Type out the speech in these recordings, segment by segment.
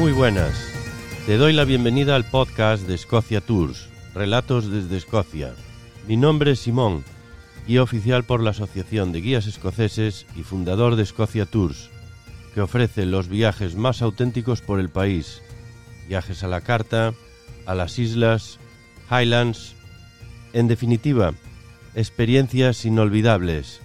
Muy buenas. Te doy la bienvenida al podcast de Escocia Tours, Relatos desde Escocia. Mi nombre es Simón, guía oficial por la Asociación de Guías Escoceses y fundador de Escocia Tours, que ofrece los viajes más auténticos por el país. Viajes a la carta, a las islas, Highlands, en definitiva, experiencias inolvidables.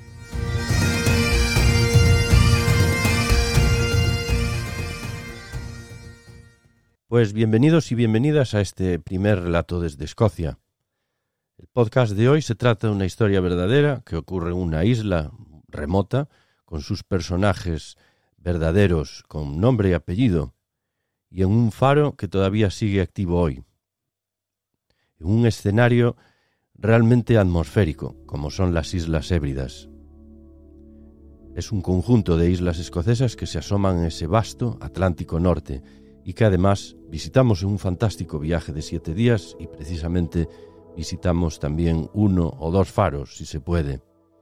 Pues bienvenidos y bienvenidas a este primer relato desde Escocia. El podcast de hoy se trata de una historia verdadera que ocurre en una isla remota, con sus personajes verdaderos, con nombre y apellido, y en un faro que todavía sigue activo hoy. En un escenario realmente atmosférico, como son las Islas Hébridas. Es un conjunto de islas escocesas que se asoman en ese vasto Atlántico Norte y que además visitamos en un fantástico viaje de 7 días y precisamente visitamos también 1 o 2 faros, si se puede.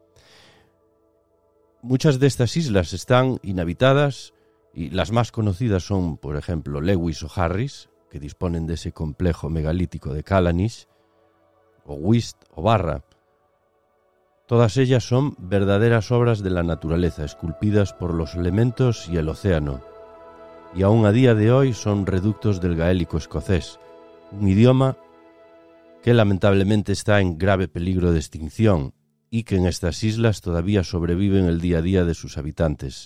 Muchas de estas islas están inhabitadas y las más conocidas son, por ejemplo, Lewis o Harris, que disponen de ese complejo megalítico de Callanish, o Uist o Barra. Todas ellas son verdaderas obras de la naturaleza, esculpidas por los elementos y el océano, y aún a día de hoy son reductos del gaélico escocés, un idioma que lamentablemente está en grave peligro de extinción y que en estas islas todavía sobreviven el día a día de sus habitantes.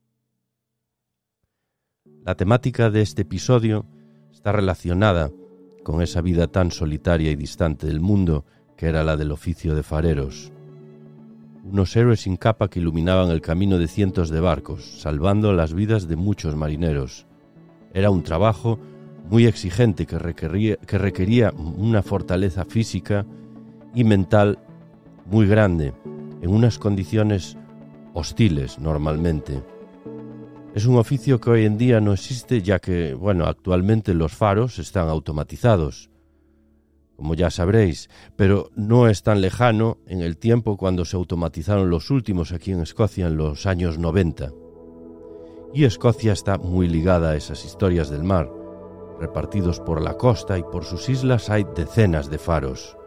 La temática de este episodio está relacionada con esa vida tan solitaria y distante del mundo que era la del oficio de fareros. Unos héroes sin capa que iluminaban el camino de cientos de barcos, salvando las vidas de muchos marineros. Era un trabajo muy exigente que requería una fortaleza física y mental muy grande, en unas condiciones hostiles normalmente. Es un oficio que hoy en día no existe, ya que, actualmente los faros están automatizados, como ya sabréis, pero no es tan lejano en el tiempo cuando se automatizaron los últimos aquí en Escocia en los años 90. Y Escocia está muy ligada a esas historias del mar. Repartidos por la costa y por sus islas hay decenas de faros.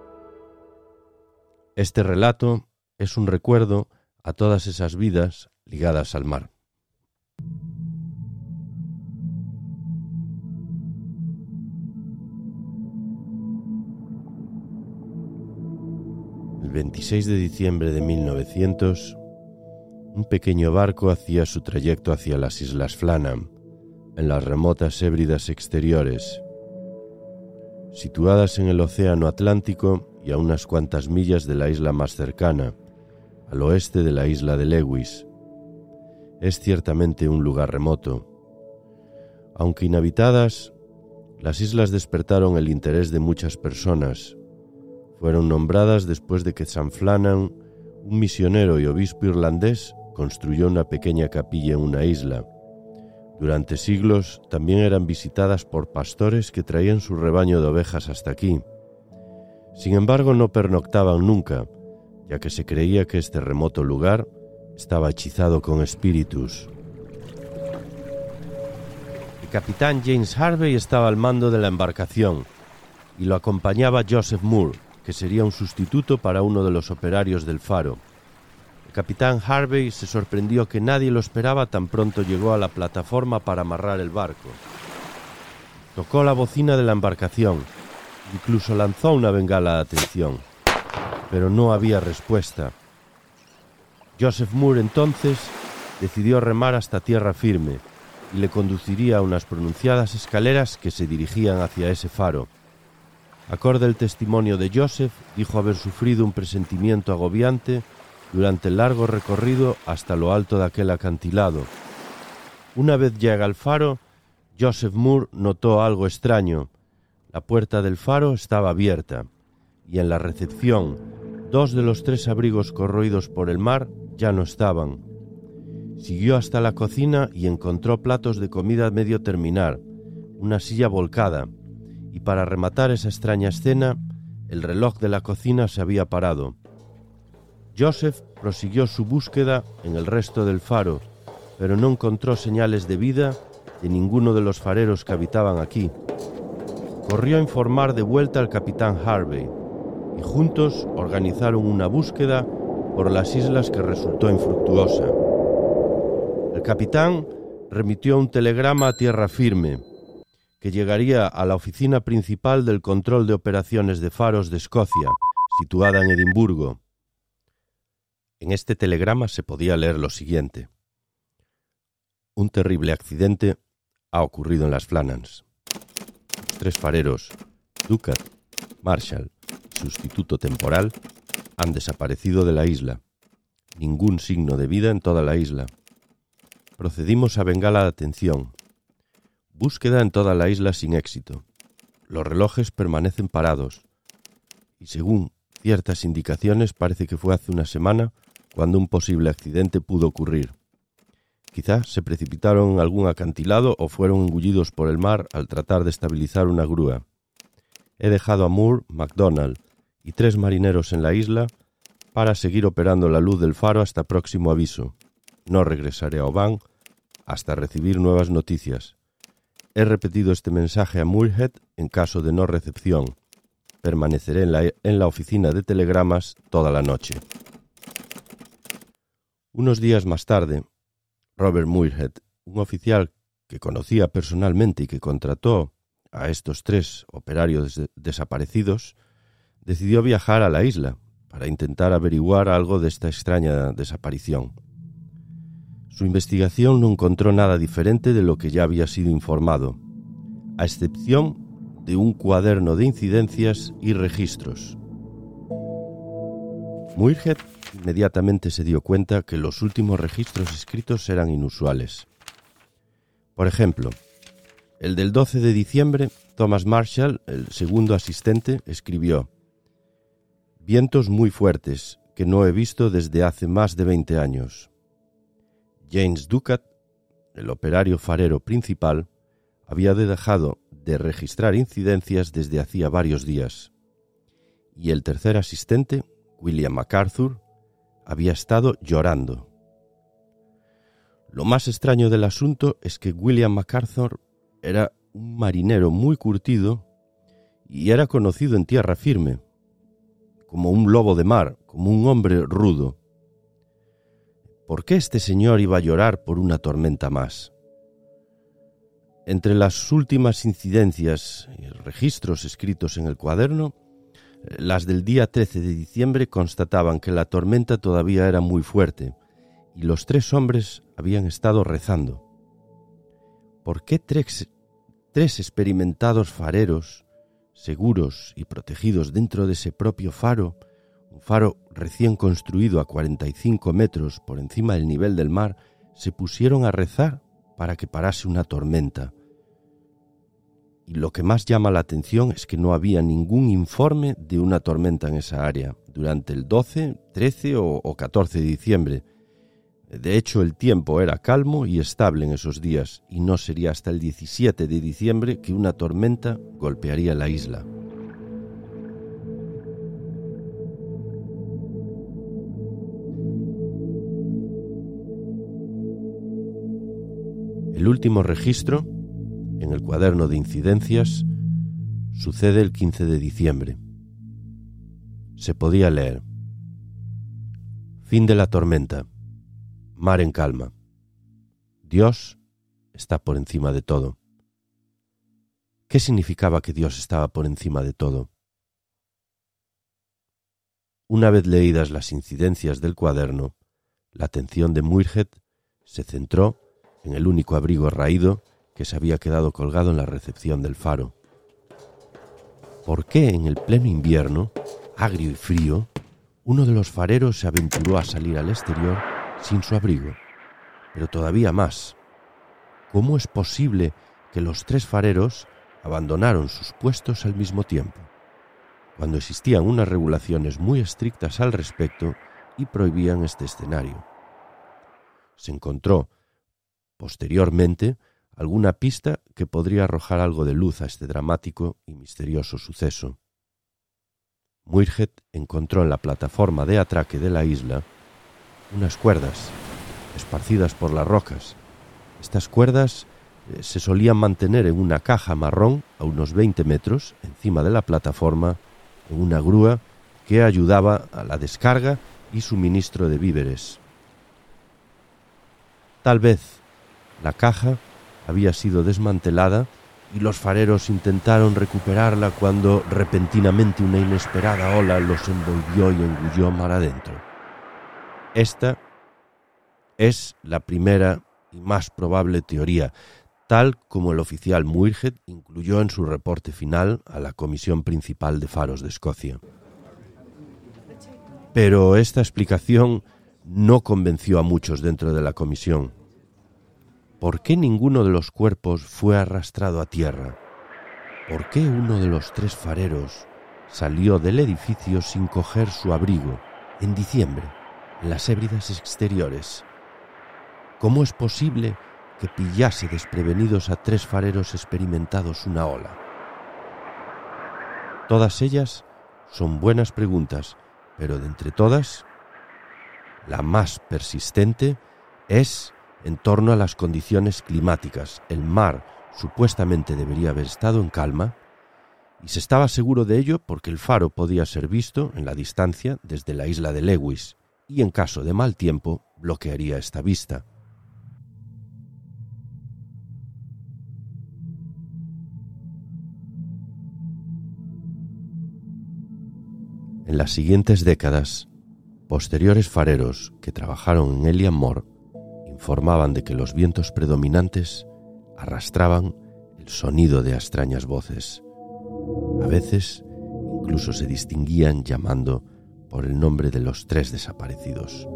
Este relato es un recuerdo a todas esas vidas ligadas al mar. El 26 de diciembre de 1900, un pequeño barco hacía su trayecto hacia las Islas Flannan, en las remotas Hébridas exteriores, situadas en el océano Atlántico y a unas cuantas millas de la isla más cercana, al oeste de la isla de Lewis. Es ciertamente un lugar remoto. Aunque inhabitadas, las islas despertaron el interés de muchas personas. Fueron nombradas después de que San Flannan, un misionero y obispo irlandés, construyó una pequeña capilla en una isla. Durante siglos también eran visitadas por pastores que traían su rebaño de ovejas hasta aquí. Sin embargo, no pernoctaban nunca, ya que se creía que este remoto lugar estaba hechizado con espíritus. El capitán James Harvey estaba al mando de la embarcación y lo acompañaba Joseph Moore, que sería un sustituto para uno de los operarios del faro. El capitán Harvey se sorprendió que nadie lo esperaba tan pronto llegó a la plataforma para amarrar el barco. Tocó la bocina de la embarcación, incluso lanzó una bengala de atención, pero no había respuesta. Joseph Moore entonces decidió remar hasta tierra firme y le conduciría a unas pronunciadas escaleras que se dirigían hacia ese faro. Acorde el testimonio de Joseph, dijo haber sufrido un presentimiento agobiante durante el largo recorrido hasta lo alto de aquel acantilado. Una vez llega al faro, Joseph Moore notó algo extraño. La puerta del faro estaba abierta y en la recepción 2 de los 3 abrigos corroídos por el mar ya no estaban. Siguió hasta la cocina y encontró platos de comida a medio terminar, una silla volcada, y para rematar esa extraña escena, el reloj de la cocina se había parado. Joseph prosiguió su búsqueda en el resto del faro, pero no encontró señales de vida de ninguno de los fareros que habitaban aquí, corrió a informar de vuelta al capitán Harvey y juntos organizaron una búsqueda por las islas que resultó infructuosa. El capitán remitió un telegrama a tierra firme que llegaría a la oficina principal del control de operaciones de faros de Escocia, situada en Edimburgo. En este telegrama se podía leer lo siguiente: un terrible accidente ha ocurrido en las Flanans. Los 3 fareros, Ducat, Marshall y sustituto temporal, han desaparecido de la isla. Ningún signo de vida en toda la isla. Procedimos a Bengala de atención. Búsqueda en toda la isla sin éxito. Los relojes permanecen parados. Y según ciertas indicaciones parece que fue hace una semana cuando un posible accidente pudo ocurrir. Quizás se precipitaron en algún acantilado o fueron engullidos por el mar al tratar de estabilizar una grúa. He dejado a Moore, MacDonald y 3 marineros en la isla para seguir operando la luz del faro hasta próximo aviso. No regresaré a Oban hasta recibir nuevas noticias. He repetido este mensaje a Muirhead en caso de no recepción. Permaneceré en la oficina de telegramas toda la noche. Unos días más tarde, Robert Muirhead, un oficial que conocía personalmente y que contrató a estos 3 operarios desaparecidos, decidió viajar a la isla para intentar averiguar algo de esta extraña desaparición. Su investigación no encontró nada diferente de lo que ya había sido informado, a excepción de un cuaderno de incidencias y registros. Muirhead inmediatamente se dio cuenta que los últimos registros escritos eran inusuales. Por ejemplo, el del 12 de diciembre, Thomas Marshall, el segundo asistente, escribió: vientos muy fuertes que no he visto desde hace más de 20 años. James Ducat, el operario farero principal, había dejado de registrar incidencias desde hacía varios días. Y el tercer asistente, William MacArthur, había estado llorando. Lo más extraño del asunto es que William MacArthur era un marinero muy curtido y era conocido en tierra firme, como un lobo de mar, como un hombre rudo. ¿Por qué este señor iba a llorar por una tormenta más? Entre las últimas incidencias y registros escritos en el cuaderno, las del día 13 de diciembre constataban que la tormenta todavía era muy fuerte y los 3 hombres habían estado rezando. ¿Por qué 3 experimentados fareros, seguros y protegidos dentro de ese propio faro, un faro recién construido a 45 metros por encima del nivel del mar, se pusieron a rezar para que parase una tormenta? Y lo que más llama la atención es que no había ningún informe de una tormenta en esa área durante el 12, 13 o 14 de diciembre. De hecho, el tiempo era calmo y estable en esos días, y no sería hasta el 17 de diciembre que una tormenta golpearía la isla. El último registro, en el cuaderno de incidencias, sucede el 15 de diciembre. Se podía leer: fin de la tormenta, mar en calma. Dios está por encima de todo. ¿Qué significaba que Dios estaba por encima de todo? Una vez leídas las incidencias del cuaderno, la atención de Muirhead se centró en el único abrigo raído que se había quedado colgado en la recepción del faro. ¿Por qué en el pleno invierno, agrio y frío, uno de los fareros se aventuró a salir al exterior sin su abrigo? Pero todavía más, ¿cómo es posible que los 3 fareros abandonaron sus puestos al mismo tiempo, cuando existían unas regulaciones muy estrictas al respecto y prohibían este escenario? Se encontró, posteriormente, alguna pista que podría arrojar algo de luz a este dramático y misterioso suceso. Muirhead encontró en la plataforma de atraque de la isla unas cuerdas esparcidas por las rocas. Estas cuerdas se solían mantener en una caja marrón a unos 20 metros encima de la plataforma, en una grúa que ayudaba a la descarga y suministro de víveres. Tal vez la caja había sido desmantelada y los fareros intentaron recuperarla cuando repentinamente una inesperada ola los envolvió y engulló mar adentro. Esta es la primera y más probable teoría, tal como el oficial Muirhead incluyó en su reporte final a la Comisión Principal de Faros de Escocia. Pero esta explicación no convenció a muchos dentro de la comisión. ¿Por qué ninguno de los cuerpos fue arrastrado a tierra? ¿Por qué uno de los 3 fareros salió del edificio sin coger su abrigo en diciembre, en las Hébridas exteriores? ¿Cómo es posible que pillase desprevenidos a 3 fareros experimentados una ola? Todas ellas son buenas preguntas, pero de entre todas, la más persistente es en torno a las condiciones climáticas. El mar supuestamente debería haber estado en calma y se estaba seguro de ello porque el faro podía ser visto en la distancia desde la isla de Lewis y en caso de mal tiempo bloquearía esta vista. En las siguientes décadas, posteriores fareros que trabajaron en Elian Mor informaban de que los vientos predominantes arrastraban el sonido de extrañas voces. A veces incluso se distinguían llamando por el nombre de los 3 desaparecidos.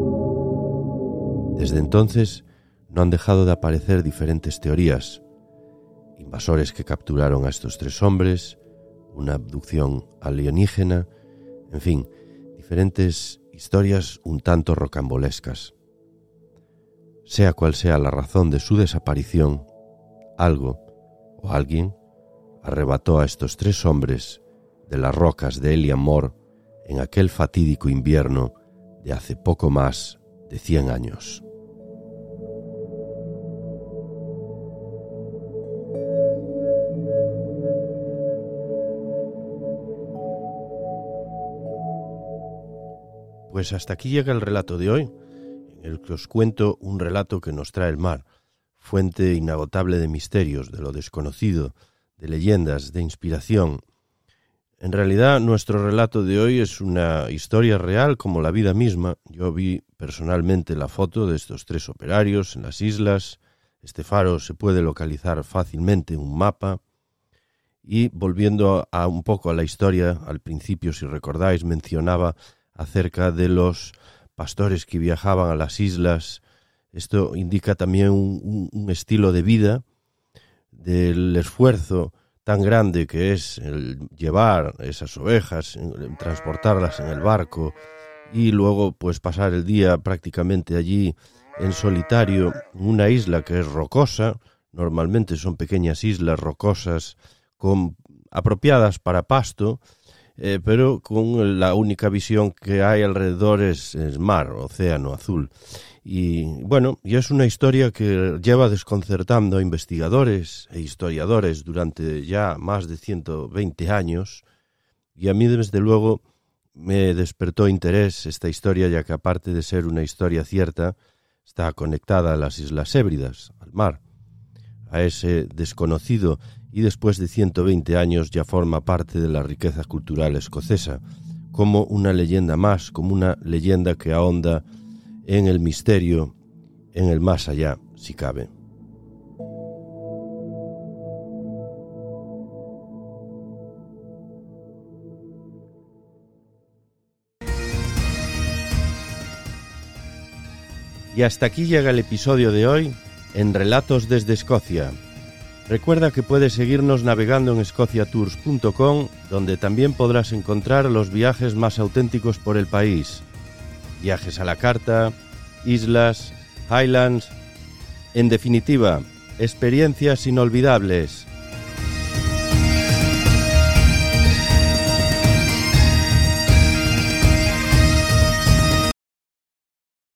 Desde entonces no han dejado de aparecer diferentes teorías: invasores que capturaron a estos 3 hombres, una abducción alienígena, en fin, diferentes historias un tanto rocambolescas. Sea cual sea la razón de su desaparición, algo o alguien arrebató a estos 3 hombres de las rocas de Elian Mor en aquel fatídico invierno de hace poco más de 100 años. Pues hasta aquí llega el relato de hoy, en el que os cuento un relato que nos trae el mar, fuente inagotable de misterios, de lo desconocido, de leyendas, de inspiración. En realidad, nuestro relato de hoy es una historia real como la vida misma. Yo vi personalmente la foto de estos 3 operarios en las islas. Este faro se puede localizar fácilmente en un mapa. Y volviendo a un poco a la historia, al principio, si recordáis, mencionaba acerca de los pastores que viajaban a las islas. Esto indica también un estilo de vida, del esfuerzo tan grande que es el llevar esas ovejas, transportarlas en el barco y luego pues pasar el día prácticamente allí en solitario en una isla que es rocosa. Normalmente son pequeñas islas rocosas apropiadas para pasto, pero con la única visión que hay alrededor es mar, océano azul. Y bueno, y es una historia que lleva desconcertando a investigadores e historiadores durante ya más de 120 años, y a mí desde luego me despertó interés esta historia, ya que aparte de ser una historia cierta, está conectada a las Islas Hébridas, al mar, a ese desconocido, y después de 120 años ya forma parte de la riqueza cultural escocesa, como una leyenda más, como una leyenda que ahonda en el misterio, en el más allá, si cabe. Y hasta aquí llega el episodio de hoy en Relatos desde Escocia. Recuerda que puedes seguirnos navegando en scotiatours.com, donde también podrás encontrar los viajes más auténticos por el país. Viajes a la carta, islas, highlands, en definitiva, experiencias inolvidables.